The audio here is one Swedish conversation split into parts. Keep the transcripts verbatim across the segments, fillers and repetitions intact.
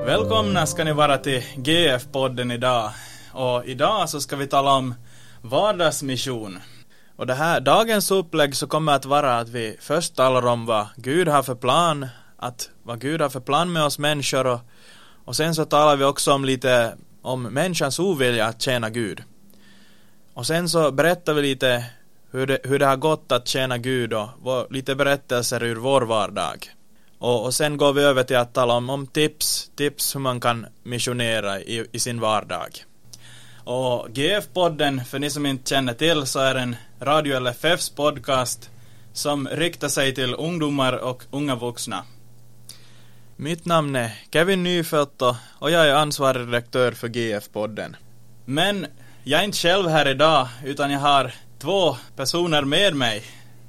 Välkomna ska ni vara till G F-podden idag. Och idag så ska vi tala om vardagsmission. Och det här, dagens upplägg så kommer att vara att vi först talar om vad Gud har för plan. Att vad Gud har för plan med oss människor. Och, och sen så talar vi också om lite om människans ovilja att tjäna Gud. Och sen så berättar vi lite hur det, hur det har gått att tjäna Gud och vad, lite berättelser ur vår vardag. Och, och sen går vi över till att tala om, om tips, tips hur man kan missionera i, i sin vardag. Och G F-podden, för ni som inte känner till, så är en Radio L F F:s podcast som riktar sig till ungdomar och unga vuxna. Mitt namn är Kevin Nyfeldt och jag är ansvarig redaktör för G F-podden. Men jag är inte själv här idag, utan jag har två personer med mig.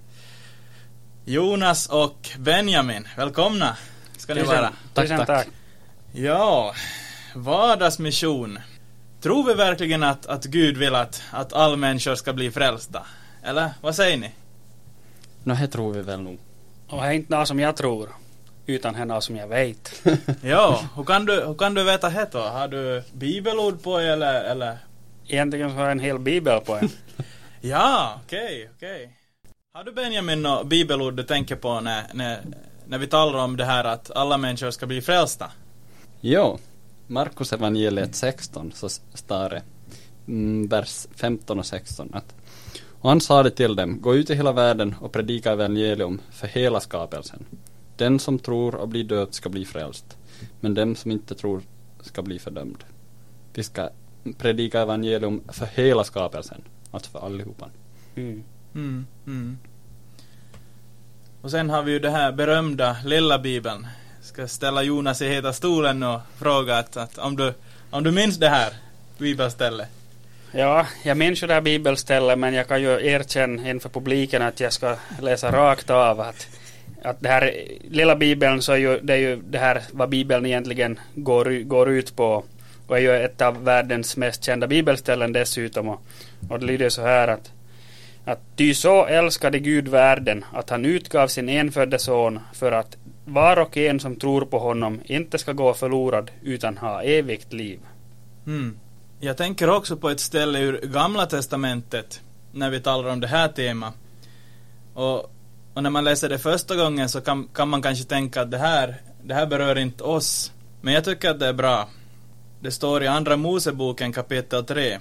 Jonas och Benjamin, välkomna ska ni Tusen, vara. Tack, tack. tack. Ja, vardagsmission. Tror vi verkligen att, att Gud vill att, att alla människor ska bli frälsta? Eller vad säger ni? Nå, det tror vi väl nog. Och det är inte något som jag tror, utan det är något som jag vet. Ja, hur kan du, hur kan du veta det då? Har du bibelord på eller, eller? Egentligen så har jag en hel bibel på en. Ja, okej, okay, okej. Okay. Har du Benjamin något bibelord du tänker på när, när, när vi talar om det här att alla människor ska bli frälsta? Jo, Markus evangeliet sexton så står det, mm, vers femton och sexton att och han sa det till dem, gå ut i hela världen och predika evangelium för hela skapelsen. Den som tror och blir död ska bli frälst, men den som inte tror ska bli fördömd. Vi ska predika evangelium för hela skapelsen, alltså för allihopa. Mm. Mm, mm. Och sen har vi ju det här berömda lilla bibeln. Jag ska ställa Jonas i heta stolen och fråga att, att om, du, om du minns det här bibelstället. Ja, jag minns ju det här bibelstället, men jag kan ju erkänna inför publiken att jag ska läsa rakt av att, att det här lilla bibeln så är ju det, är ju det här vad bibeln egentligen går, går ut på och är ju ett av världens mest kända bibelställen dessutom och, och det lyder så här att att ty så älskade Gud världen att han utgav sin enfödde son för att var och en som tror på honom inte ska gå förlorad utan ha evigt liv. Mm. Jag tänker också på ett ställe ur Gamla testamentet när vi talar om det här temat. Och, och när man läser det första gången så kan, kan man kanske tänka att det här, det här berör inte oss. Men jag tycker att det är bra. Det står i Andra Moseboken kapitel tre.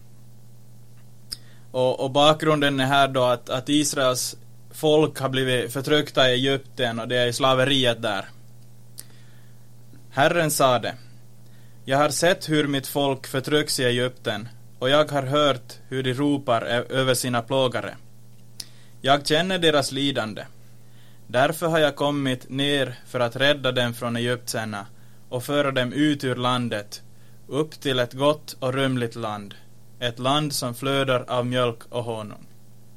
Och, och bakgrunden är här då att, att Israels folk har blivit förtryckta i Egypten och det är i slaveriet där. Herren sa det: jag har sett hur mitt folk förtrycks i Egypten och jag har hört hur de ropar över sina plågare. Jag känner deras lidande. Därför har jag kommit ner för att rädda dem från egyptierna och föra dem ut ur landet, upp till ett gott och rymligt land. Ett land som flödar av mjölk och honung.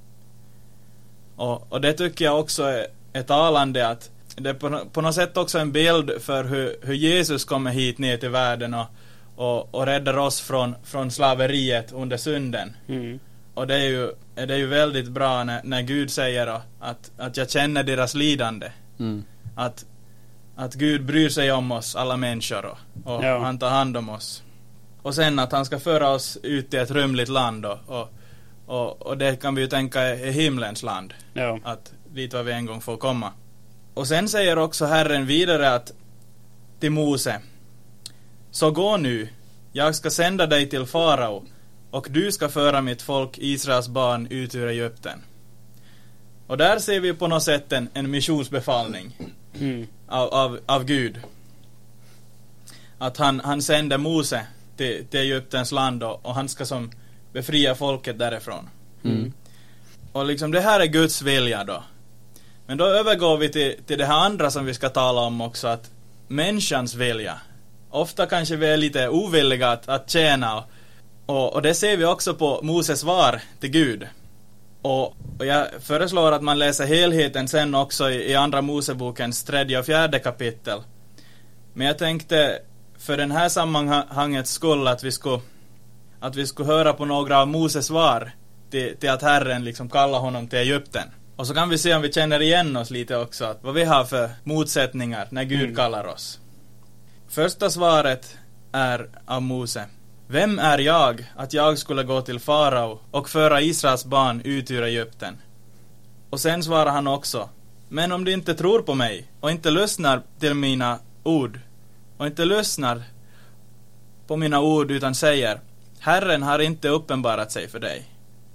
Och, och det tycker jag också är ett talande att det är på, på något sätt också en bild för hur, hur Jesus kommer hit ner till världen och, och, och räddar oss från, från slaveriet under synden. Mm. Och det är ju, det är ju väldigt bra när, när Gud säger att, att jag känner deras lidande. Mm. Att, att Gud bryr sig om oss, alla människor, och, och ja. han tar hand om oss. Och sen att han ska föra oss ut till ett rymligt land och, och, och, och det kan vi ju tänka är himlens land. Ja. Att dit var vi en gång får komma. Och sen säger också Herren vidare att till Mose: så gå nu, jag ska sända dig till farao och du ska föra mitt folk Israels barn ut ur Egypten. Och där ser vi på något sätt en, en missionsbefallning mm. av, av, av Gud. Att han, han sänder Mose till, till Egyptens land och, och han ska som befria folket därifrån. Mm. Och liksom det här är Guds vilja då. Men då övergår vi till, till det här andra som vi ska tala om också, att människans vilja. Ofta kanske vi är lite ovilliga att, att tjäna och, och, och det ser vi också på Moses svar till Gud. Och, och jag föreslår att man läser helheten sen också i, i Andra Mosebokens tredje och fjärde kapitel. Men jag tänkte för den här sammanhangets skull att vi skulle, att vi skulle höra på några av Moses svar till, till att Herren liksom kallar honom till Egypten. Och så kan vi se om vi känner igen oss lite också, att vad vi har för motsättningar när Gud mm. kallar oss. Första svaret är av Mose. Vem är jag att jag skulle gå till farao och föra Israels barn ut ur Egypten? Och sen svarar han också. Men om du inte tror på mig och inte lyssnar till mina ord och inte lyssnar på mina ord utan säger Herren har inte uppenbarat sig för dig.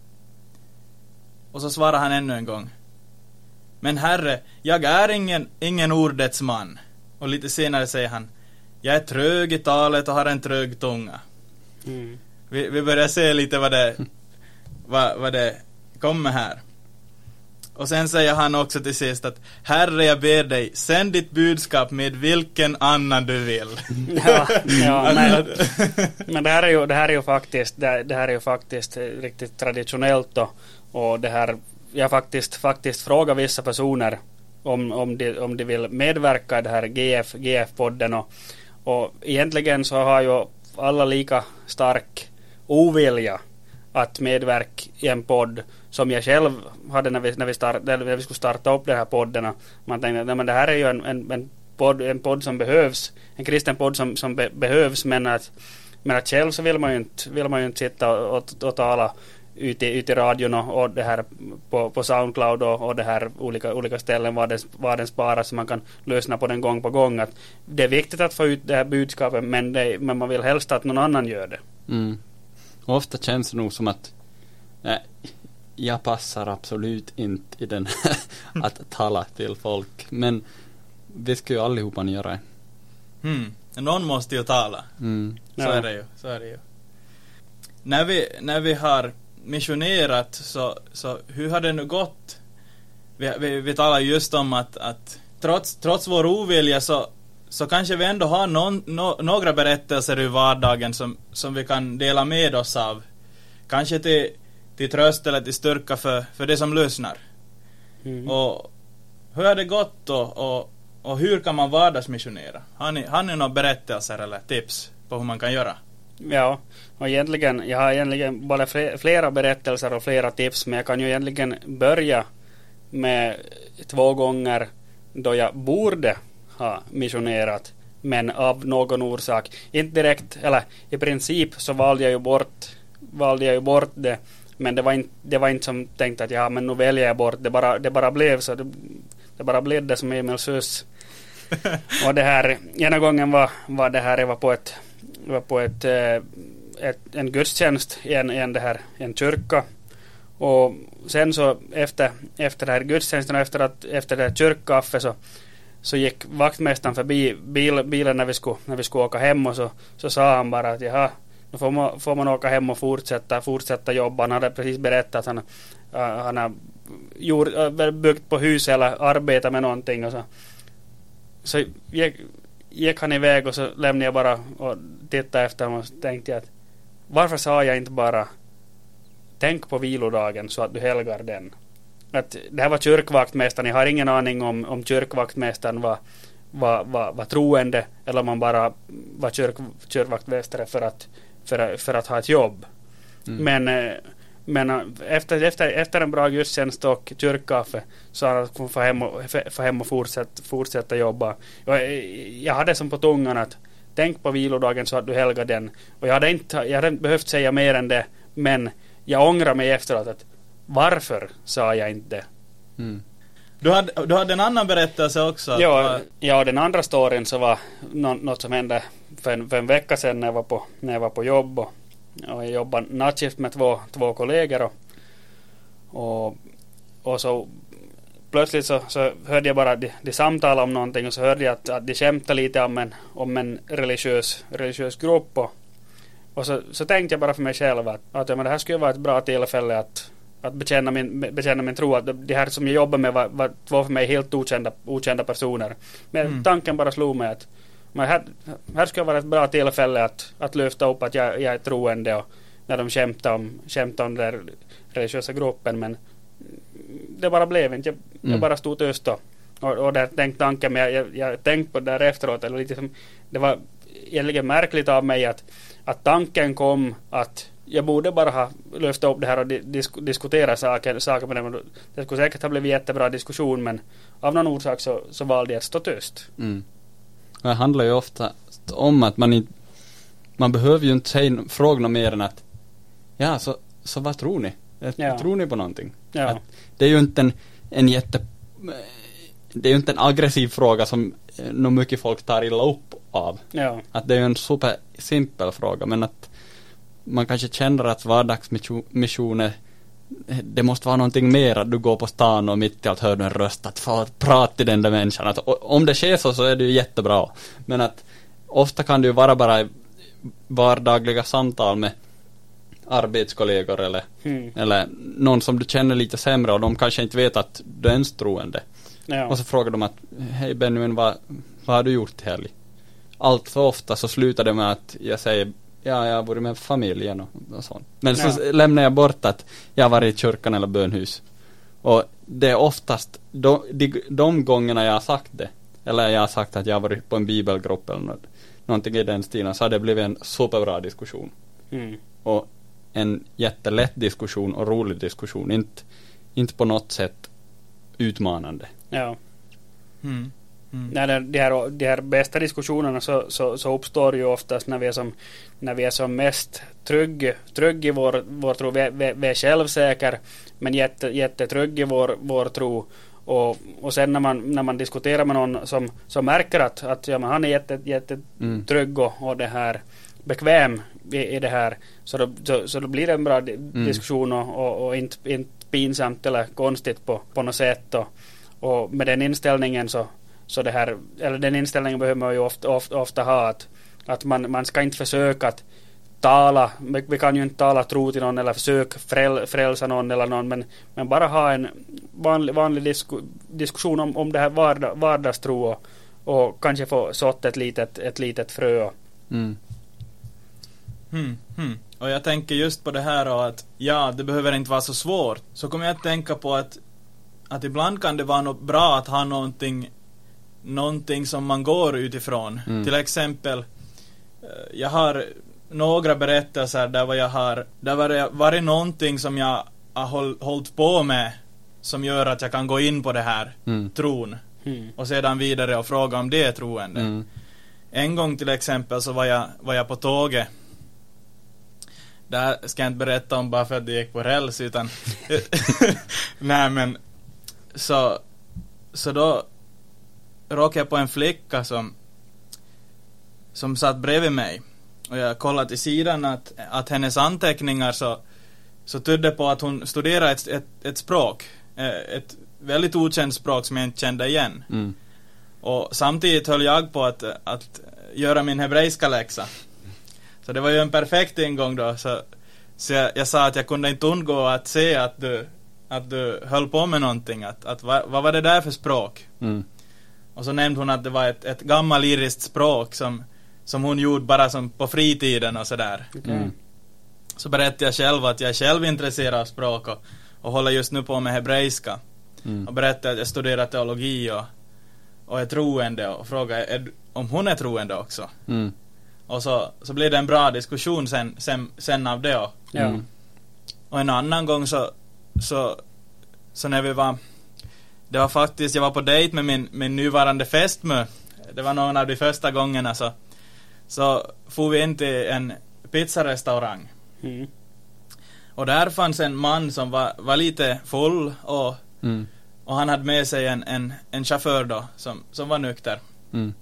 Och så svarar han ännu en gång. Men Herre, jag är ingen, ingen ordets man. Och lite senare säger han jag är trög i talet och har en trög tunga. Mm. Vi, vi börjar se lite vad det, vad, vad det kommer här. Och sen säger han också till sist att Herre, jag ber dig, sänd ditt budskap med vilken annan du vill. Ja, ja men, men det här är ju, det här är ju faktiskt det, det här är ju faktiskt riktigt traditionellt då. Och det här, jag faktiskt faktiskt frågar vissa personer om, om, de, om de vill medverka i det här G F, G F-podden och, och egentligen så har ju alla lika stark ovilja att medverka i en podd som jag själv hade när vi, när vi, start, när vi skulle starta upp de här poddarna. Man tänkte att det här är ju en, en, en, podd, en podd som behövs, en kristen podd som, som be, behövs, men att, men att själv så vill man ju inte, vill man ju inte sitta och, och, och tala ute i, ut i radion och, och det här på, på Soundcloud och, och det här olika, olika ställen var den, var den sparas så man kan lyssna på den gång på gång. Att det är viktigt att få ut det här budskapet, men, det, men man vill helst att någon annan gör det. Mm. Och ofta känns det nog som att nej, jag passar absolut inte i den att tala till folk. Men vi ska ju allihopa göra det. Mm. Någon måste ju tala. Mm. Så, ja. är det ju, så är det ju. När vi, när vi har missionerat så, så hur har det nu gått? Vi, vi, vi talar just om att, att trots, trots vår ovilja så, så kanske vi ändå har någon, no, några berättelser i vardagen som, som vi kan dela med oss av. Kanske till, till tröst eller till styrka för, för det som lyssnar. Mm. Och hur har det gått och, och, och hur kan man vardagsmissionera? Har ni, har ni några berättelser eller tips på hur man kan göra? Ja, och egentligen, jag har egentligen bara flera berättelser och flera tips, men jag kan ju egentligen börja med två gånger då jag borde ha missionerat, men av någon orsak, inte direkt, eller i princip så valde jag ju bort, valde jag ju bort det, men det var inte, det var inte som tänkt att ja, men nu väljer jag bort, det bara, det bara blev så, det, det bara blev det som Emil Sus. Och det här, ena gången var, var det här, jag var på ett var på ett, ett en gudstjänst i en, en, det här, en kyrka, och sen så efter, efter det här gudstjänsten och efter, att, efter det här kyrkkaffe så, så gick vaktmästaren förbi bil, bilen när vi, skulle, när vi skulle åka hem, och så, så sa han bara att jaha, nu får man, får man åka hem och fortsätta, fortsätta jobba. Han hade precis berättat att han, uh, han har gjort, uh, byggt på hus eller arbetat med någonting, och så, så gick gick han iväg, och så lämnade jag bara och tittade efter honom och tänkte att varför sa jag inte bara tänk på vilodagen så att du helgar den. Att det här var kyrkvaktmästaren, jag har ingen aning om, om kyrkvaktmästaren var, var, var, var troende eller om man bara var kyrk, kyrkvaktmästare för att, för, för att ha ett jobb. Mm. Men Men efter, efter, efter en bra gudstjänst och kyrkkaffe så har han få hem och, få hem och fortsätta, fortsätta jobba. Jag, jag hade som på tungan att tänk på vilodagen så att du helgar den. Och jag hade inte, jag hade inte behövt säga mer än det, men jag ångrar mig efteråt att varför sa jag inte? Mm. Du hade, du hade en annan berättelse också. Ja, var... ja, den andra storyn så var no, något som hände för en, för en vecka sedan när jag var på, när jag var på jobb, och och jag jobbade nattskift med två, två kollegor, och, och, och så plötsligt så, så hörde jag bara de, de samtala om någonting, och så hörde jag att, att de skämtade lite om en, om en religiös, religiös grupp, och, och så, så tänkte jag bara för mig själv att, att ja, men det här skulle vara ett bra tillfälle att, att bekänna, min, bekänna min tro, att det här som jag jobbar med var, var två för mig helt okända, okända personer, men mm. tanken bara slog mig att men här, här ska vara ett bra tillfälle att, att lyfta upp att jag, jag är troende, och när de kämpade om, kämpade om den religiösa gruppen, men det bara blev inte. Jag, mm. jag bara stod tyst och, och, och där tänkte tanken, men jag, jag, jag tänkte på det där efteråt, eller lite som, det var egentligen märkligt av mig att, att tanken kom att jag borde bara ha lyft upp det här och disk, diskutera saker, saker med dem. Det skulle säkert ha blivit jättebra diskussion, men av någon orsak så, så valde jag att stå tyst. Mm. Det handlar ju ofta just om att man inte man behöver ju inte säga fråga något mer än att ja, så, så vad tror ni? Ja. Tror ni på någonting? Ja. Att det är ju inte en, en jätte det är ju inte en aggressiv fråga som nog mycket folk tar illa upp av. Ja. Att det är ju en super simpel fråga, men att man kanske känner att vardagsmissioner det måste vara någonting mer att du går på stan och mitt i allt hör du en röst att få prata till den där människan. Att, om det sker så så är det ju jättebra. Men att ofta kan det ju vara bara vardagliga samtal med arbetskollegor eller, mm. eller någon som du känner lite sämre och de kanske inte vet att du är ens troende. Ja. Och så frågar de att hej Benjamin, vad, vad har du gjort i helg? Allt för ofta så slutar det med att jag säger ja, jag har varit med familjen och, och sånt. Men ja. Så lämnar jag bort att jag har varit i kyrkan eller bönhus. Och det är oftast de, de, de gångerna jag har sagt det, eller jag har sagt att jag har varit på en bibelgrupp eller något, någonting i den stilen, så har det blivit en superbra diskussion. Mm. Och en jättelätt diskussion och rolig diskussion. Inte, inte på något sätt utmanande. Ja. Mm. Mm. När det, de, här, de här bästa diskussionerna så, så, så uppstår ju oftast när vi är som, när vi är som mest trygg, trygg i vår, vår tro. Vi, vi, vi är självsäker men jätte, jättetrygg i vår, vår tro. Och, och sen när man, när man diskuterar med någon som, som märker att, att ja, men han är jätte, jätte mm. trygg och, och det här bekväm i, i det här, så då, så, så då blir det en bra di- mm. diskussion och, och, och inte, inte pinsamt eller konstigt på, på något sätt. Och, och med den inställningen så Så det här, eller den inställningen behöver man ju ofta, ofta, ofta ha att, att man, man ska inte försöka att tala, vi kan ju inte tala tro till någon eller försöka fräl, frälsa någon eller någon, men, men bara ha en vanlig, vanlig disku, diskussion om, om det här vardag, vardagstro och, och kanske få sått ett litet, ett litet frö. Mm. Hmm, hmm. Och jag tänker just på det här och att ja, det behöver inte vara så svårt. Så kommer jag att tänka på att, att ibland kan det vara något bra att ha någonting någonting som man går utifrån. Mm. Till exempel jag har några berättelser där vad jag har där var det varit någonting som jag har håll, hållit på med som gör att jag kan gå in på det här mm. tron mm. och sedan vidare och fråga om det är troende. Mm. En gång till exempel så var jag, var jag på tåget. Där ska jag inte berätta om bara för att det gick på räls utan nej men så så då råkade jag på en flicka som som satt bredvid mig och jag kollade till sidan att, att hennes anteckningar så, så tydde på att hon studerade ett, ett, ett språk ett väldigt okänt språk som jag inte kände igen mm. och samtidigt höll jag på att, att göra min hebreiska läxa så det var ju en perfekt ingång då så, så jag, jag sa att jag kunde inte undgå att se att du, att du höll på med någonting att, att vad, vad var det där för språk mm. Och så nämnde hon att det var ett, ett gammalt iriskt språk som, som hon gjorde bara som på fritiden och sådär. Mm. Så berättade jag själv att jag är själv intresserad av språk och, och håller just nu på med hebreiska. Mm. Och berättade att jag studerar teologi och, och är troende och frågade är, om hon är troende också. Mm. Och så, så blev det en bra diskussion sen, sen, sen av det. Och, ja. och en annan gång så, så, så när vi var det var faktiskt, jag var på dejt med min, min nuvarande fästmö. Det var någon av de första gångerna så, så får vi in till en pizzarestaurang. Mm. Och där fanns en man som var, var lite full och, mm. och han hade med sig en, en, en chaufför då som, som var nykter. Mm.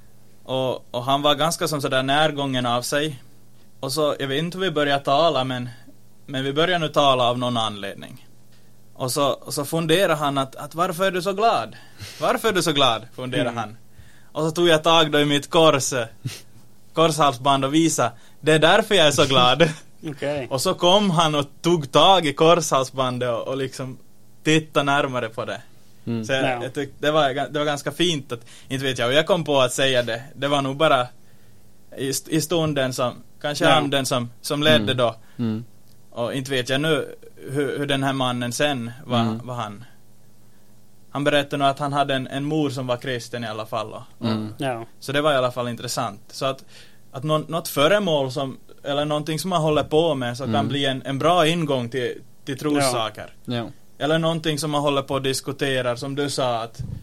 Och, och han var ganska som sådär närgången av sig. Och så, jag vet inte hur vi började tala men, men vi började nu tala av någon anledning. Och så, och så funderar han att, att varför är du så glad? Varför är du så glad? Funderar mm. han. Och så tog jag tag då i mitt kors, korshalsband och visade, det är därför jag är så glad. Okay. Och så kom han och tog tag i korshalsbandet och, och liksom tittade närmare på det. Mm. Så jag, jag tyckte det var, det var ganska fint att, inte vet jag, och jag kom på att säga det. Det var nog bara i, i stunden som, kanske ja. anden som, som ledde mm. då. Mm. Och inte vet jag nu hur, hur den här mannen sen var, mm. var han. Han berättade nog att han hade en, en mor som var kristen i alla fall. Och, mm. ja. Så det var i alla fall intressant. Så att, att nå, något föremål som, eller någonting som man håller på med så mm. kan bli en, en bra ingång till, till trossaker. Ja. Ja. Eller någonting som man håller på att diskutera, som du sa att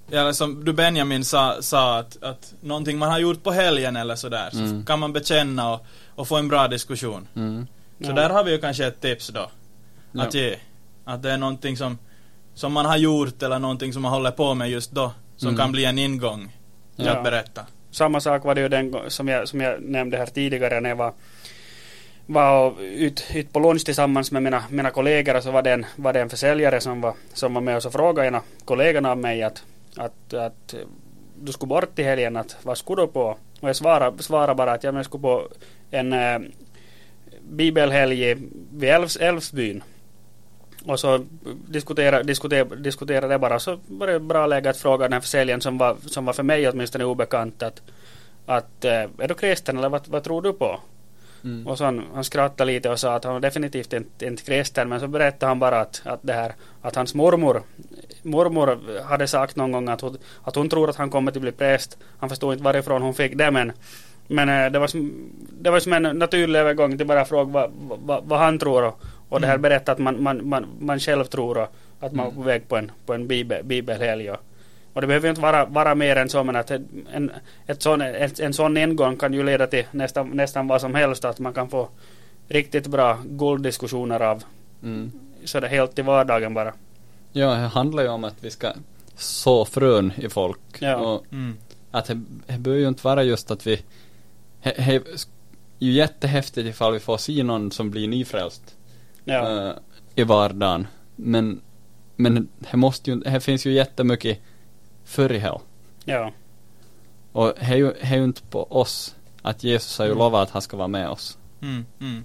eller som du Benjamin sa, sa att, att någonting man har gjort på helgen eller sådär, Mm. så kan man bekänna och, och få en bra diskussion. Mm. Så Ja. där har vi ju kanske ett tips då. Att Ja. ge. Att det är någonting som, som man har gjort eller någonting som man håller på med just då. Som Mm. kan bli en ingång till Ja. att berätta. Samma sak var det ju den gång- som jag, som jag nämnde här tidigare när jag var, var ut, ut på lunch tillsammans med mina, mina kollegor, och så var det en, var det en försäljare som var, som var med, och så frågade ena kollegorna av mig att, att, att du skulle bort i helgen, att vad skulle du på? Och jag svarade, svarade bara att jag skulle på en äh, bibelhelg vid Älvs, Älvsbyn. Och så diskutera, diskutera, diskutera det bara. Så var det bra läge att fråga den här försäljaren som var, som var för mig åtminstone obekant att, att äh, är du kristen eller vad, vad tror du på? Mm. Och så han, han skrattade lite och sa att han var definitivt inte, inte kristen, men så berättade han bara att, att, det här, att hans mormor mormor hade sagt någon gång att hon, att hon tror att han kommer att bli präst. Han förstod inte varifrån hon fick det, men, men äh, det, var som, det var som en naturlig övergång till bara fråga vad, vad, vad han tror, och, och det här berättar att man, man, man, man själv tror och att man är på väg på en, på en bibel, bibelhelg. Och, och det behöver ju inte vara, vara mer än så, men att en, ett sån, ett, en sån ingång kan ju leda till nästan, nästan vad som helst, att man kan få riktigt bra gulddiskussioner av Mm. så det är helt i vardagen bara. Ja, det handlar ju om att vi ska så frön i folk. Ja. Och Mm. att det, det bör ju inte vara just att vi det är ju jättehäftigt ifall vi får se någon som blir nyfrälst Ja. uh, i vardagen. Men men det måste ju, det finns ju jättemycket för i hell. Ja. Och det är ju, det är ju inte på oss att Jesus har ju Mm. lovat att han ska vara med oss. Mm, mm.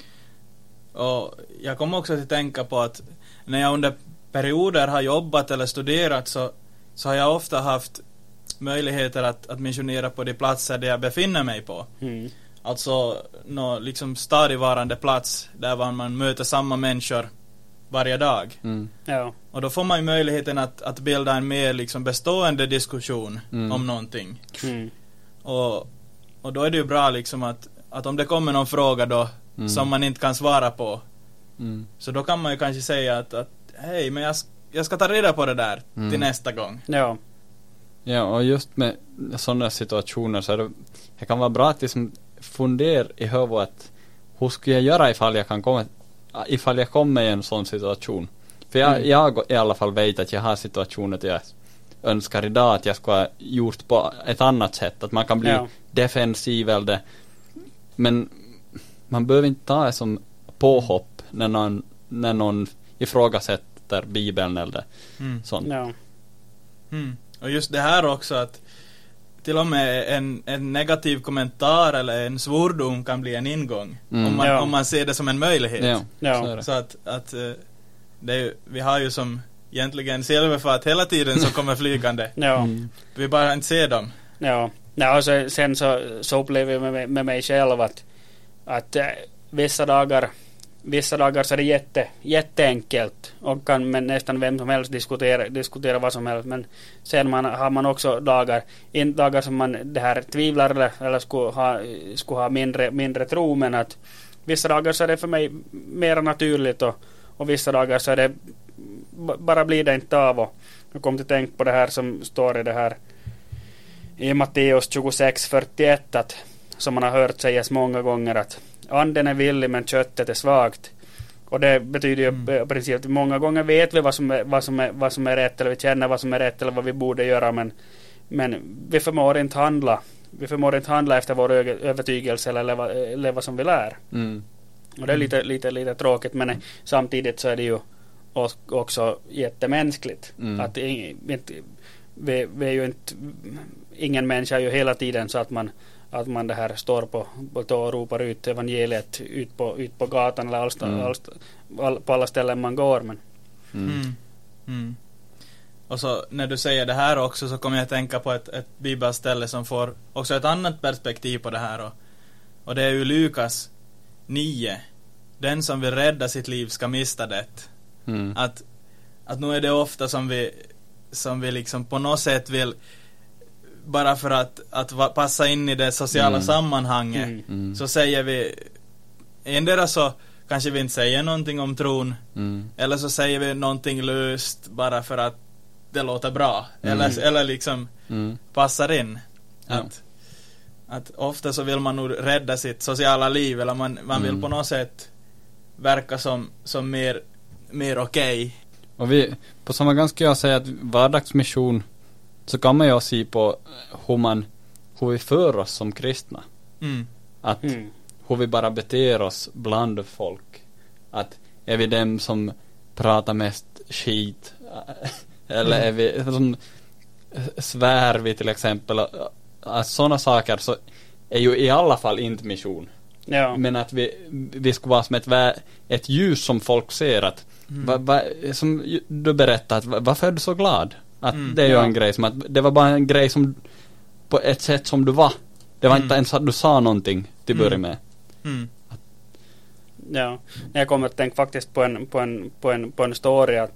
Och jag kommer också att tänka på att när jag under perioder har jobbat eller studerat, så, så har jag ofta haft möjligheter att, att missionera på de platser där jag befinner mig på. Mm. Alltså nå liksom stadigvarande plats där man möter samma människor varje dag. Mm. Ja. Och då får man ju möjligheten att, att bilda en mer liksom bestående diskussion Mm. om någonting. Mm. Och, och då är det ju bra liksom att, att om det kommer någon fråga då Mm. som man inte kan svara på, Mm. så då kan man ju kanske säga att, att hej, men jag, sk- jag ska ta reda på det där Mm. till nästa gång. Ja. Ja, och just med sådana situationer så är det, det kan vara bra att liksom fundera i huvudet att hur skulle jag göra ifall jag kan komma ifall jag kommer i en sån situation. För jag, Mm. jag i alla fall vet att jag har situationer där jag önskar idag att jag skulle ha gjort på ett annat sätt. Att man kan bli Ja. defensiv eller det. Men man behöver inte ta det som påhopp när någon, när någon ifrågasätter Bibeln eller Mm. sånt. Ja. Mm. Och just det här också att till och med en, en negativ kommentar eller en svordom kan bli en ingång. Mm. Om, man, Ja. om man ser det som en möjlighet. Ja, Ja. så är det. Så att, att eh, det är ju, vi har ju som egentligen silverfat hela tiden som kommer flygande. Ja. Mm. Vi bara inte ser dem. Ja. Ja, och så, sen så, så upplever jag med, med mig själv att, att äh, vissa dagar vissa dagar så är det jätte, jätteenkelt och kan med nästan vem som helst diskutera, diskutera vad som helst, men sen man, har man också dagar in, dagar som man det här tvivlar eller, eller skulle, ha, skulle ha mindre, mindre tro, men att vissa dagar så är det för mig mer naturligt och, och vissa dagar så är det bara blir det inte av. Och jag kom till att tänka på det här som står i det här i Matteus tjugosex fyrtioett, att som man har hört sägas många gånger att anden är villig men köttet är svagt. Och det betyder ju Mm. i princip att många gånger vet vi vad som, är, vad, som är, vad som är rätt, eller vi känner vad som är rätt eller vad vi borde göra, men, men vi förmår inte handla. Vi förmår inte handla efter vår ö- övertygelse eller leva, leva som vi lär. Mm. Och det är lite, lite, lite tråkigt, men mm. samtidigt så är det ju också jättemänskligt. Mm. Att i- inte, vi, vi är ju inte, ingen människa är ju hela tiden så att man att man det här står på, på och ropar ut evangeliet ut på, ut på gatan eller allsta, Mm. allsta, all, på alla ställen man går, men Mm. Mm. Mm. Och så när du säger det här också så kommer jag att tänka på ett, ett bibelställe som får också ett annat perspektiv på det här, och, och det är ju Lukas nio. Den som vill rädda sitt liv ska mista det. Mm. Att, att nu är det ofta som vi som vi liksom på något sätt vill bara för att, att va, passa in i det sociala Mm. sammanhanget mm. Mm. så säger vi endera så kanske vi inte säger någonting om tron, Mm. eller så säger vi någonting löst bara för att det låter bra. Mm. Eller, eller liksom Mm. passar in. Ja. Att, att ofta så vill man nog rädda sitt sociala liv. Eller man, man vill Mm. på något sätt verka som, som mer, mer okej. Och vi, på samma gång ska jag säga att vardagsmission så kan man ju se på hur man, hur vi för oss som kristna. Mm. Att Mm. hur vi bara beter oss bland folk. Att är vi dem som pratar mest skit eller är vi som svär vi till exempel, att sådana saker så är ju i alla fall inte mission. Ja. Men att vi, vi ska vara som ett, vä- ett ljus som folk ser att Mm. va, va, som ju- du berättade att va, varför är du så glad? Att Mm, det är ju ja. en grej som att det var bara en grej som på ett sätt som du var. Det var Mm. inte ens att du sa någonting till Mm. början med. Mm. Ja, jag kommer att tänka faktiskt på en, på en, på en, på en story att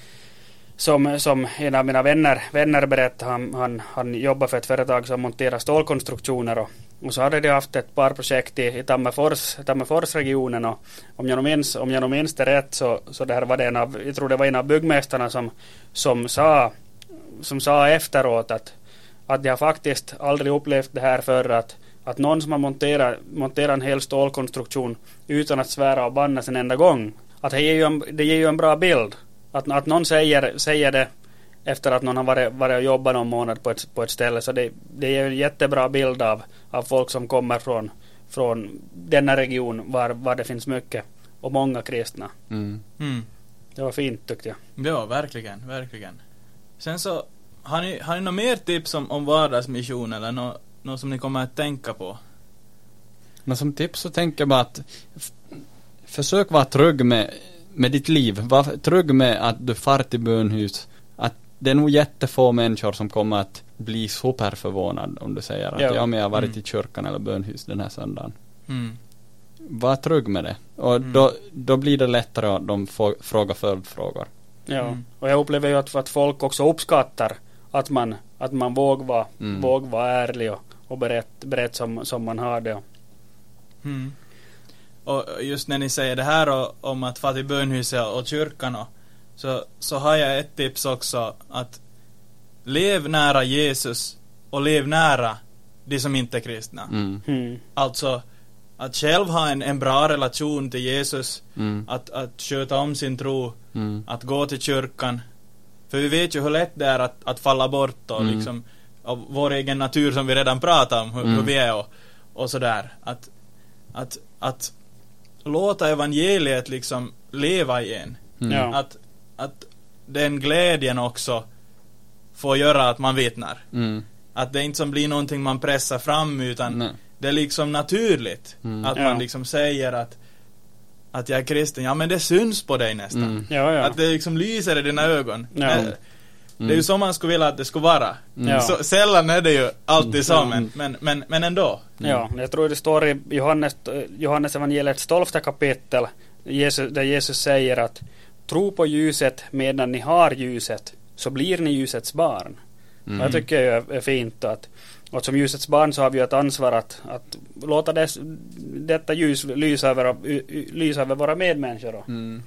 som, som en av mina vänner, vänner berättade, han, han, han jobbar för ett företag som monterar stålkonstruktioner och, och så hade de haft ett par projekt i, i Tammerfors, Tammerforsregionen och om jag nog minns, om jag nog minns det rätt så, så där var det en av, jag tror det var en av byggmästarna som, som sa som sa efteråt att, att de har faktiskt aldrig upplevt det här för att att någon som har monterat, monterat en hel stålkonstruktion utan att svära och banna sin enda gång. Att det ger ju en, det ger ju en bra bild. Att, att någon säger, säger det efter att någon har varit, varit och jobbat någon månad på ett, på ett ställe. Så det, det ger en jättebra bild av, av folk som kommer från, från denna region var, var det finns mycket och många kristna. Mm. Mm. Det var fint tyckte jag. Ja, verkligen, verkligen. Sen så, har ni, har ni något mer tips om, om vardagsmission eller något, något som ni kommer att tänka på? Men som tips så tänker jag bara att f- försök vara trygg med, med ditt liv. Var trygg med att du far till bönhus. Att det är nog jättefå människor som kommer att bli superförvånad om du säger att Ja. ja, men jag har varit Mm. i kyrkan eller bönhus den här söndagen. Mm. Var trygg med det. Och Mm. då, då blir det lättare att de får fråga följdfrågor. Ja. Mm. Och jag upplever ju att, att folk också uppskattar att man, att man vågar vara, Mm. våg vara ärlig och, och berätt, berätt som, som man har det. Mm. Och just när ni säger det här och, om att få till bönhuset och kyrkan och, så, så har jag ett tips också, att lev nära Jesus och lev nära de som inte är kristna. Mm. Mm. Alltså att själv ha en, en bra relation till Jesus, Mm. att, att sköta om sin tro, Mm. att gå till kyrkan. För vi vet ju hur lätt det är att, att falla bort och Mm. liksom av vår egen natur som vi redan pratade om, hur, Mm. hur vi är och, och sådär. Att, att, att låta evangeliet liksom leva igen. Mm. Ja. Att, att den glädjen också får göra att man vittnar. Mm. Att det inte som blir någonting man pressar fram, utan Nej. det är liksom naturligt. Mm. Att Ja. man liksom säger att att jag är kristen. Ja, men det syns på dig nästan. Mm. Ja, ja. Att det liksom lyser i dina ögon. Ja. Men det är ju så man skulle vilja att det skulle vara. Mm. Ja. Så, sällan är det ju alltid så, Mm. men, men, men, men ändå. Ja, jag tror det står i Johannes, Johannes evangeliets tolfte kapitel Jesus, där Jesus säger att tro på ljuset medan ni har ljuset så blir ni ljusets barn. Mm. Och jag tycker det är, är fint att, att som ljusets barn så har vi ett ansvar att, att låta des, detta ljus lysa över, lysa över våra medmänniskor. Då. Mm.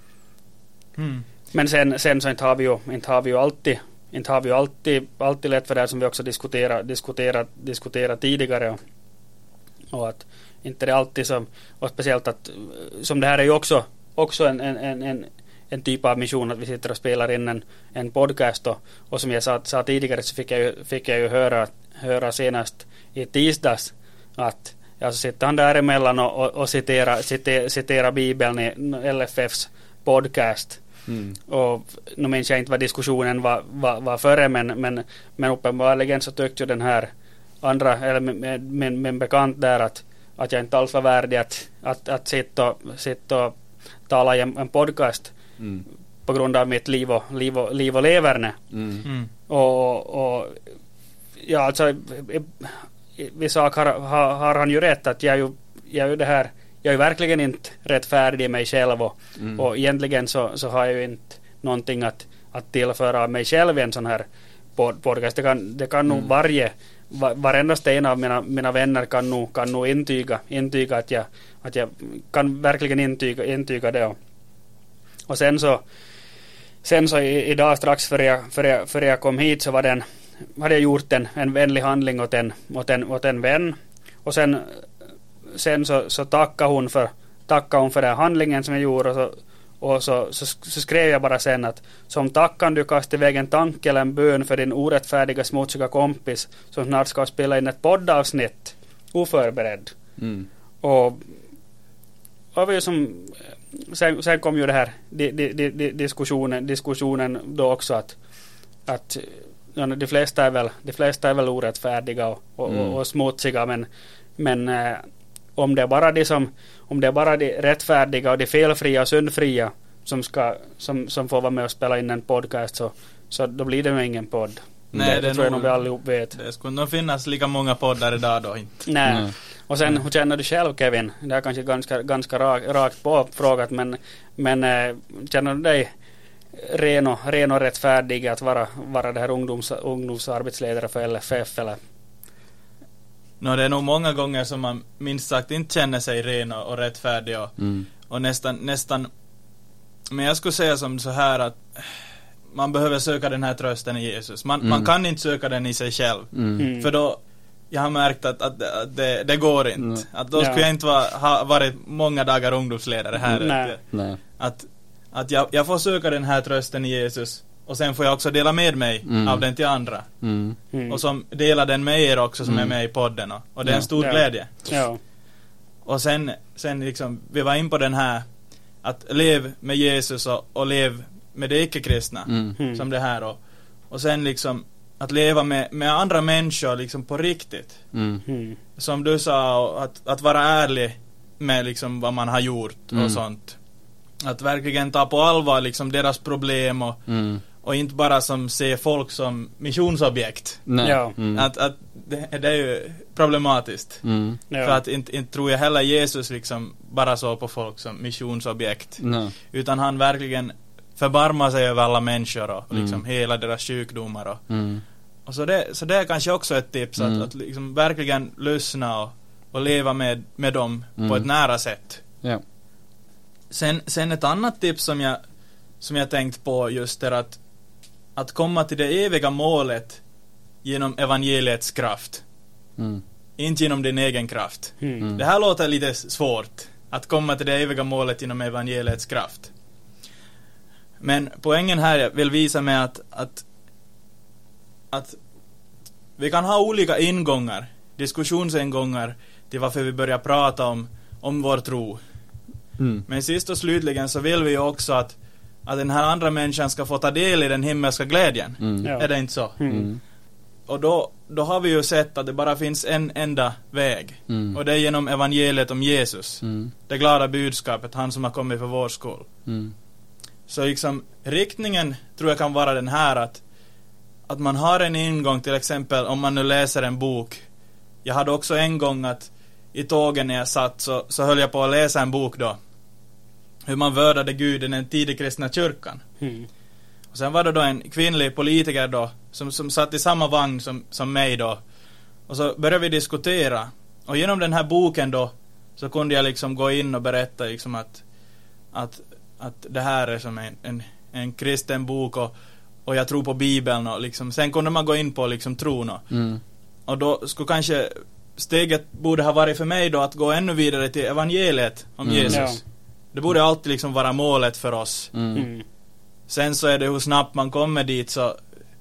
Mm. Men sen, sen så inte har vi ju, inte har vi ju alltid inte har vi ju alltid, alltid lätt för det här som vi också diskuterat diskutera, diskutera tidigare och, och att inte det alltid som, och speciellt att som det här är ju också, också en, en, en, en, en typ av mission att vi sitter och spelar in en, en podcast och, och som jag sa, sa tidigare så fick jag ju, fick jag ju höra, höra senast i tisdags att ja, så sitter han däremellan och, och, och citera, citera, citera Bibeln i L F F:s podcast. Mm. Och nu minns jag inte vad diskussionen var, var, var före, men, men, men uppenbarligen så tyckte ju den här andra, eller med, med, med en bekant där att, att jag inte alls var värdig att, att, att sitta, och, sitta och tala i en, en podcast Mm. på grund av mitt liv och, liv och, liv och leverne. Mm. Mm. Och, och ja, alltså i, i, vi sak har, har, har han ju rätt att jag är ju, jag är ju det här jag är verkligen inte rättfärdig i mig själv och, Mm. och egentligen så, så har jag ju inte någonting att, att tillföra mig själv i en sån här pod- podcast. Det kan, det kan nog Mm. varje, va, varendaste en av mina, mina vänner kan nog, kan nog intyga, intyga att jag, att jag kan verkligen intyga, intyga det. Och, och sen så sen så i, idag strax före jag, före, jag, före jag kom hit så var den, hade jag gjort en, en vänlig handling åt en, åt en, åt en vän. Och sen, sen så, så tackade hon för, tackade hon för den handlingen som jag gjorde. Och, så, och så, så, så skrev jag bara sen att som tack kan du kasta iväg en tanke eller en bön för din orättfärdiga smutsiga kompis som snart ska spela in ett poddavsnitt oförberedd. Mm. Och, och vi som, sen, sen kom ju det här di, di, di, diskussionen, diskussionen då också att, att ja, de flesta är väl de flesta är väl orättfärdiga och, och, mm. och, och smutsiga, men, men eh, om det är bara de som om det är bara de rättfärdiga och de felfria och syndfria som ska som, som får vara med och spela in en podcast, så, så då blir det ju ingen podd. Nej, det, det, det tror jag nog nog, vi allihop vet. Det skulle nog finnas lika många poddar idag då inte. Nej. Mm. Och sen, hur känner du själv, Kevin? Det är kanske ganska, ganska rak, rakt på frågat, men, men äh, känner du dig ren och, ren och rättfärdig att vara, vara det här ungdoms, ungdomsarbetsledare för L F F? Eller? No, det är nog många gånger som man minst sagt inte känner sig ren och, och rättfärdig och, Mm. och nästan, nästan, men jag skulle säga som så här att man behöver söka den här trösten i Jesus. Man, Mm. man kan inte söka den i sig själv. Mm. Mm. För då, jag har märkt att, att, att det, det går inte. Mm. Att då skulle Ja. jag inte va, ha varit många dagar ungdomsledare här. Nej. Att, Nej. att, att jag, jag får söka den här trösten i Jesus. Och sen får jag också dela med mig Mm. av den till andra. Mm. Mm. Och som delar den med er också som Mm. är med i podden. Och, och det är Ja. en stor Ja. glädje. Ja. Och sen, sen liksom, vi var in på den här att lev med Jesus och, och lev med de icke-kristna. Mm. Mm. Som det här. Och, och sen liksom att leva med, med andra människor liksom på riktigt. Mm. Mm. Som du sa, att, att vara ärlig med liksom vad man har gjort Mm. och sånt. Att verkligen ta på allvar liksom deras problem och, Mm. och inte bara som se folk som missionsobjekt. Nej. Ja. Mm. Att, att det, det är ju problematiskt. Mm. Ja. För att inte, inte tror jag heller Jesus liksom bara så på folk som missionsobjekt. Nej. Utan han verkligen förbarmar sig över alla människor och Mm. liksom hela deras sjukdomar. Och, Mm. och så, det, så det är kanske också ett tips Mm. att, att liksom verkligen lyssna och, och leva med, med dem Mm. på ett nära sätt. Ja. Sen, sen ett annat tips som jag, som jag tänkt på just är att, att komma till det eviga målet genom evangeliets kraft. Mm. Inte genom din egen kraft. Mm. Mm. Det här låter lite svårt. Att komma till det eviga målet genom evangeliets kraft. Men poängen här vill visa med att, att, att vi kan ha olika ingångar, diskussionsingångar till varför vi börjar prata om, om vår tro. Mm. Men sist och slutligen så vill vi ju också att, att den här andra människan ska få ta del i den himmelska glädjen. Mm. Ja. Är det inte så? Mm. Mm. Och då, då har vi ju sett att det bara finns en enda väg. Mm. Och det är genom evangeliet om Jesus. Mm. Det glada budskapet, han som har kommit för vår skull. Mm. Så liksom, riktningen tror jag kan vara den här att, att man har en ingång, till exempel om man nu läser en bok. Jag hade också en gång att i tågen när jag satt så, så höll jag på att läsa en bok då. Hur man vördade Gud i den tidig kristna kyrkan. Mm. Och sen var det då en kvinnlig politiker då som, som satt i samma vagn som, som mig då. Och så började vi diskutera. Och genom den här boken då så kunde jag liksom gå in och berätta liksom att, att, att det här är som en, en, en kristen bok och, och jag tror på Bibeln och liksom, sen kunde man gå in på liksom tron och, Mm. och då skulle kanske steget borde ha varit för mig då att gå ännu vidare till evangeliet om Mm. Jesus. Ja. Det borde alltid liksom vara målet för oss. Mm. Mm. Sen så är det hur snabbt man kommer dit så,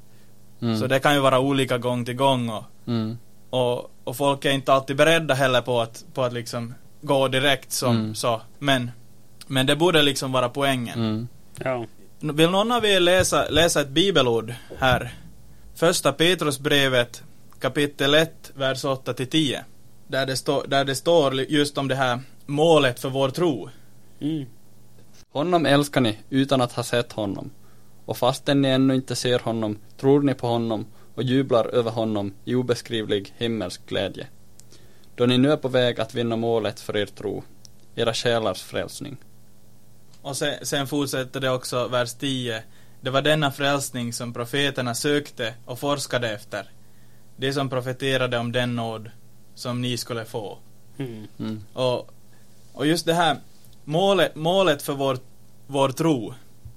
Mm. så det kan ju vara olika gång till gång och, Mm. och, och folk är inte alltid beredda heller på att, på att liksom gå direkt som Mm. så. Men, men det borde liksom vara poängen. Mm. Ja. Vill någon av er läsa, läsa ett bibelord här? Första Petrusbrevet kapitel ett, vers åtta till tio. Där det, stå, där det står just om det här målet för vår tro. Mm. Honom älskar ni utan att ha sett honom. Och fastän ni ännu inte ser honom tror ni på honom och jublar över honom i obeskrivlig himmelsk glädje. Då ni nu är på väg att vinna målet för er tro, era själars frälsning. Och sen, sen fortsätter det också vers tio. Det var denna frälsning som profeterna sökte och forskade efter. Det som profeterade om den nåd som ni skulle få. Mm. Mm. Och, och just det här målet, målet för vår, vår tro.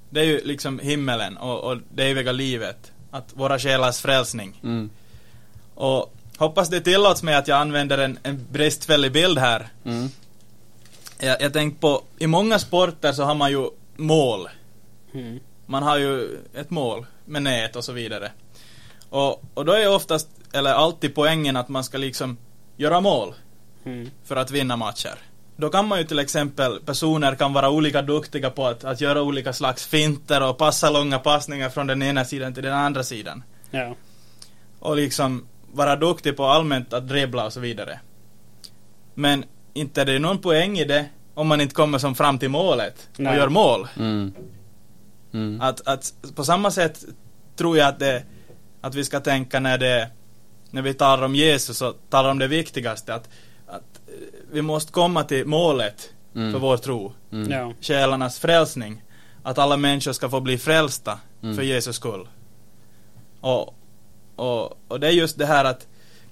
det är ju liksom himmelen och, och det eviga livet. Att våra själars frälsning. Mm. Och hoppas det tillåts mig att jag använder en, en bristfällig bild här. Mm. Jag, jag tänkte på, i många sporter så har man ju mål. Mm. Man har ju ett mål med nät och så vidare. Och, och då är oftast, eller alltid poängen att man ska liksom göra mål Mm. för att vinna matcher. Då kan man ju till exempel, personer kan vara olika duktiga på att, att göra olika slags finter och passa långa passningar från den ena sidan till den andra sidan. Ja. Och liksom vara duktig på allmänt att dribbla och så vidare. Men inte är det någon poäng i det om man inte kommer som fram till målet Nej. och gör mål. Mm. Mm. Att, att på samma sätt tror jag att, det, att vi ska tänka när, det, när vi talar om Jesus och talar om det viktigaste. Att, att vi måste komma till målet Mm. för vår tro. Mm. Ja. Själarnas frälsning. Att alla människor ska få bli frälsta Mm. för Jesus skull. Och, och, och det är just det här att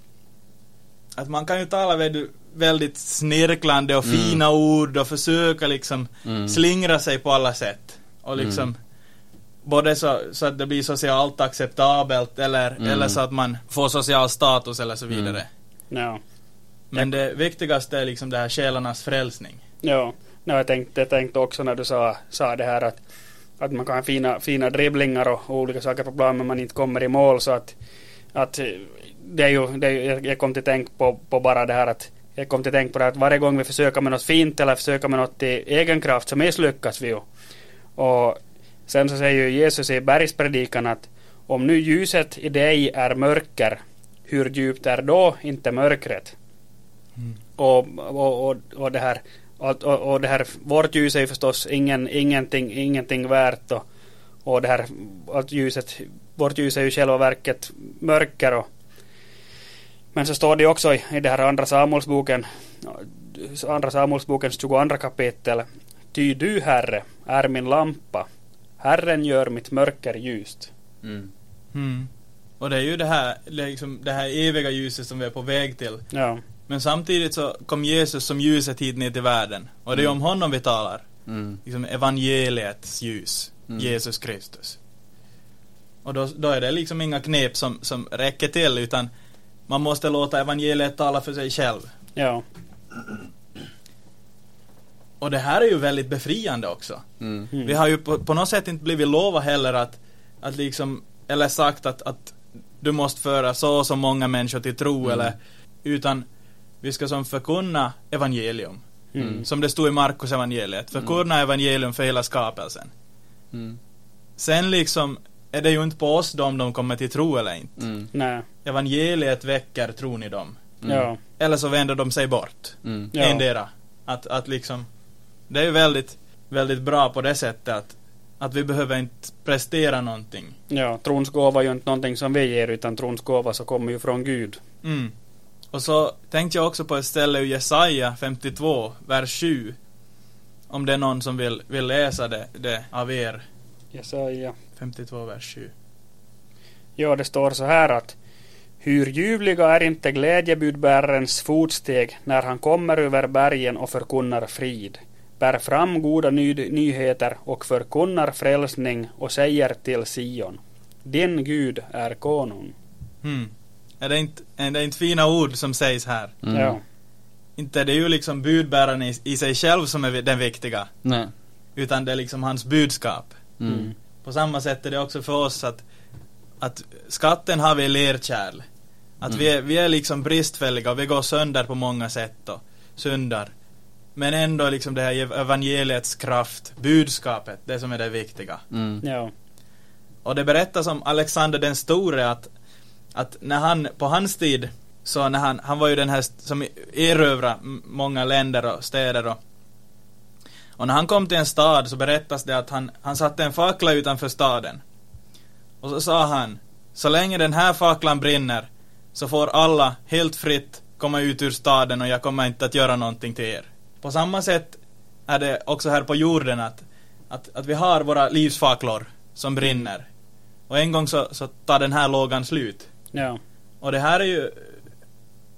att man kan ju tala väldigt, väldigt snirklande och Mm. fina ord och försöka liksom Mm. slingra sig på alla sätt. Och liksom Mm. både så, så att det blir socialt acceptabelt eller, Mm. eller så att man får social status eller så vidare. Mm. Ja. Men det viktigaste är liksom det här själarnas frälsning. Ja. Nej, jag tänkte, jag tänkte också när du sa, sa det här att, att man kan ha fina, fina dribblingar och, och olika saker på plan men man inte kommer i mål så att, att det är ju, det är ju jag kom till tänk på, på bara det här att jag kom till tänk på det här att varje gång vi försöker med något fint eller försöker med något i egen kraft så misslyckas vi ju. Och sen så säger ju Jesus i bergspredikan att om nu ljuset i dig är mörker, hur djupt är då inte mörkret? Mm. Och, och, och, och det här och, och, och det här, vårt ljus är ju förstås ingen, ingenting, ingenting värt och, och det här att ljuset, vårt ljus är ju själva verket mörker och, men så står det också i, i det här andra Samuelsboken andra Samuelsbokens tjugoandra kapitel: ty du, Herre, är min lampa, Herren gör mitt mörker ljust. Mm. Mm. Och det är ju det här, liksom, det här eviga ljuset som vi är på väg till. Ja. Men samtidigt så kom Jesus som ljuset hit ner till världen. Och det är om honom vi talar. Mm. Liksom evangeliets ljus. Mm. Jesus Kristus. Och då, då är det liksom inga knep som, som räcker till, utan man måste låta evangeliet tala för sig själv. Ja. Och det här är ju väldigt befriande också. Mm. Mm. Vi har ju på, på något sätt inte blivit lova heller att, att liksom, eller sagt att, att du måste föra så och så många människor till tro, Mm. eller, utan vi ska som förkunna evangelium. Mm. Som det stod i Markus evangeliet. Förkunna evangelium för hela skapelsen. Mm. Sen liksom är det ju inte på oss då om de kommer till tro eller inte. Mm. Nej. Evangeliet väcker tron i dem. Mm. Ja. Eller så vänder de sig bort. Mm. Ja. Endera. Att, att liksom, det är ju väldigt, väldigt bra på det sättet att, att vi behöver inte prestera någonting. Ja, trons gåva är ju inte någonting som vi ger, utan trons gåva så kommer ju från Gud. Mm. Och så tänkte jag också på ett ställe i Jesaja femtiotvå, vers sju. Om det är någon som vill, vill läsa det, det av er. Jesaja. femtiotvå, vers sju. Ja, det står så här att hur ljuvliga är inte glädjebudbärarens fotsteg när han kommer över bergen och förkunnar frid, bär fram goda ny- nyheter och förkunnar frälsning och säger till Sion: din Gud är konung. Mm. Är det inte, är det inte fina ord som sägs här? Mm. Ja. Inte är det ju liksom budbäraren i, i sig själv som är den viktiga, Nej. utan det är liksom hans budskap. Mm. Mm. På samma sätt är det också för oss att, att skatten har vi i lerkärl. Att Mm. vi, är, vi är liksom bristfälliga och vi går sönder på många sätt och syndar. Men ändå liksom det här evangeliets kraft, budskapet, det som är det viktiga. Mm. Ja. Och det berättas om Alexander den store att, att när han, på hans tid, så när han, han var ju den här som erövra många länder och städer och, och när han kom till en stad så berättas det att han, han satte en fackla utanför staden. Och så sa han: så länge den här facklan brinner så får alla helt fritt komma ut ur staden och jag kommer inte att göra någonting till er. På samma sätt är det också här på jorden att, att, att vi har våra livsfacklor som brinner. Och en gång så, så tar den här lågan slut. Ja. Och det här är ju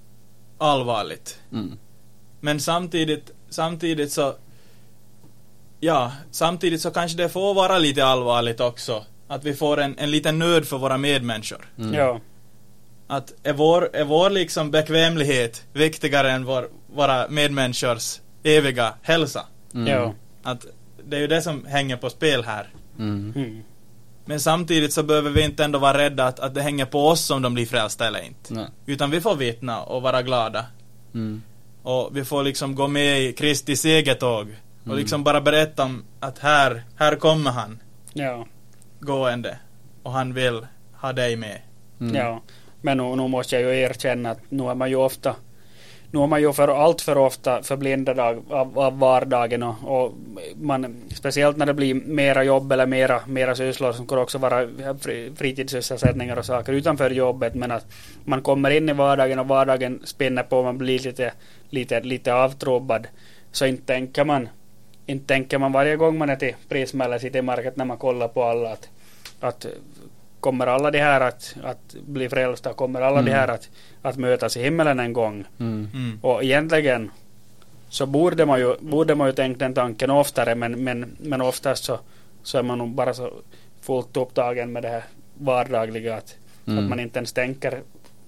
allvarligt. Mm. Men samtidigt, samtidigt så ja, samtidigt så kanske det får vara lite allvarligt också. Att vi får en, en liten nöd för våra medmänniskor. Mm. Ja. Att är vår, är vår liksom bekvämlighet viktigare än vår, våra medmänniskors eviga hälsa? Mm. Ja. Att det är ju det som hänger på spel här. Mm. Mm. Men samtidigt så behöver vi inte ändå vara rädda att, att det hänger på oss om de blir frälsta eller inte. Nej. Utan vi får vittna och vara glada. Mm. Och vi får liksom gå med i Kristi segertåg. Och Mm. liksom bara berätta om att här, här kommer han Ja. gående. Och han vill ha dig med. Mm. Ja. Men nu, nu måste jag ju erkänna att nu är man ju ofta nu är man ju för allt för ofta förblindad av, av, av vardagen och, och man, speciellt när det blir mera jobb eller mera, mera sysslor som kan också vara fri, fritidssysselsättningar och saker utanför jobbet, men att man kommer in i vardagen och vardagen spinner på och man blir lite, lite, lite avtrubbad, så inte tänker man inte tänker man varje gång man är till Prisma eller City Market när man kollar på alla att, att kommer alla de här att, att bli frälsta, kommer alla Mm. de här att, att mötas i himmelen en gång. Mm. Mm. Och egentligen så borde man ju, borde man ju tänka den tanken oftare, men, men, men oftast så, så är man nog bara så fullt upptagen med det här vardagliga att, Mm. att man inte ens tänker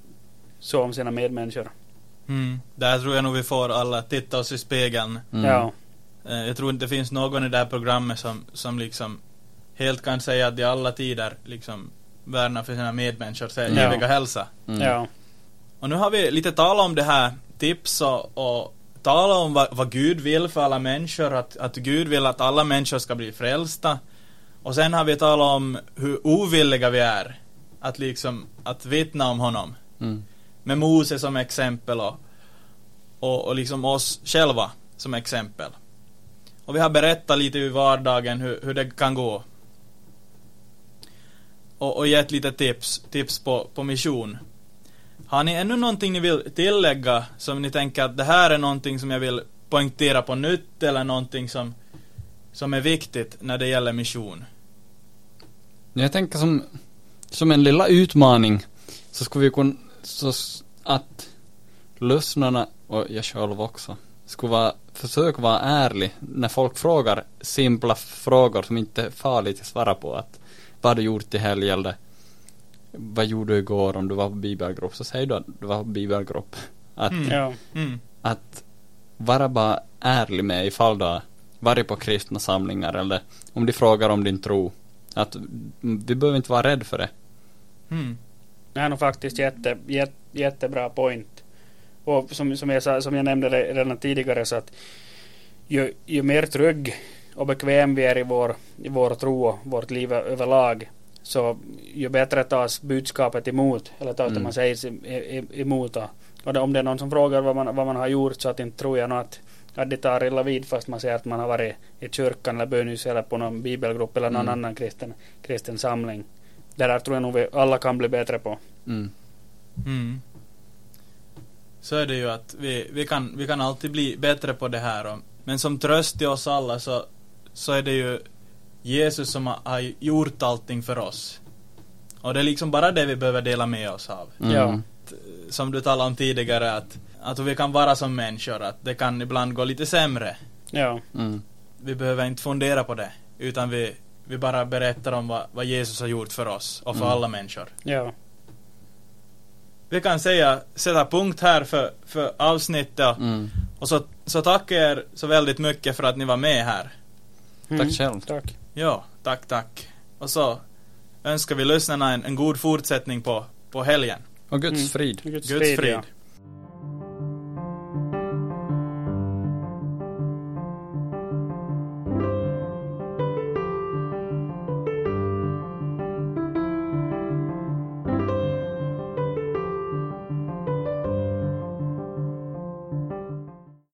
så om sina medmänniskor. Mm. Där tror jag nog vi får alla titta oss i spegeln. Mm. Ja. Eh, Jag tror inte det finns någon i det här programmet som, som liksom helt kan säga att i alla tider liksom värna för sina medmänniskor så Ja. eviga hälsa. Mm. Ja. Och nu har vi lite talat om det här tips och, och tala om vad, vad Gud vill för alla människor, att, att Gud vill att alla människor ska bli frälsta. Och sen har vi talat om hur ovilliga vi är att liksom att vittna om honom. Mm. Med Mose som exempel och, och, och liksom oss själva som exempel. Och vi har berättat lite i vardagen hur, hur det kan gå. Och, och gett lite tips, tips på, på mission. Har ni ännu någonting ni vill tillägga som ni tänker att det här är någonting som jag vill poängtera på nytt, eller någonting som, som är viktigt när det gäller mission? Jag tänker som, som en lilla utmaning så skulle vi kunna så s- att lyssnarna och jag själv också skulle vara, försöka vara ärlig när folk frågar simpla frågor som inte är farligt att svara på, att vad har du gjort i helg eller vad gjorde du igår om du var på bibelgrupp, så säg du att du var på bibelgrupp. Att, Mm. Ja. Mm. att vara bara ärlig med ifall du har varit på kristna samlingar eller om de frågar om din tro, att vi behöver inte vara rädd för det. Mm. Det är nog faktiskt jätte, jätte, jättebra point. Och som, som, jag, sa- som jag nämnde re- redan tidigare, så att ju, ju mer trygg och bekväm vi är i vår, i vår tro och vårt liv överlag, så ju bättre tas budskapet emot, eller tas det Mm. man säger em- em- emot. Och det, om det är någon som frågar vad man, vad man har gjort, så att inte tror jag nog att, att det tar illa vid fast man säger att man har varit i kyrkan eller bönhus eller på någon bibelgrupp eller någon Mm. annan kristen, kristen samling. Det där tror jag nog vi alla kan bli bättre på. Mm. Mm. Så är det ju att vi, vi, kan, vi kan alltid bli bättre på det här. Och, men som tröst till oss alla så, så är det ju Jesus som har, har gjort allting för oss. Och det är liksom bara det vi behöver dela med oss av. Mm. Ja. Som du talade om tidigare, att, att vi kan vara som människor, att det kan ibland gå lite sämre. Ja. Mm. Vi behöver inte fundera på det, utan vi, vi bara berättar om vad, vad Jesus har gjort för oss och för Mm. alla människor. Ja. Vi kan säga, sätta punkt här för, för avsnittet. Mm. Och så, så tackar jag er så väldigt mycket för att ni var med här. Tack själv. Tack. Ja, tack, tack. Och så önskar vi lyssnarna en, en god fortsättning på, på helgen. Och Guds Mm. frid. Guds Guds frid, frid. ja.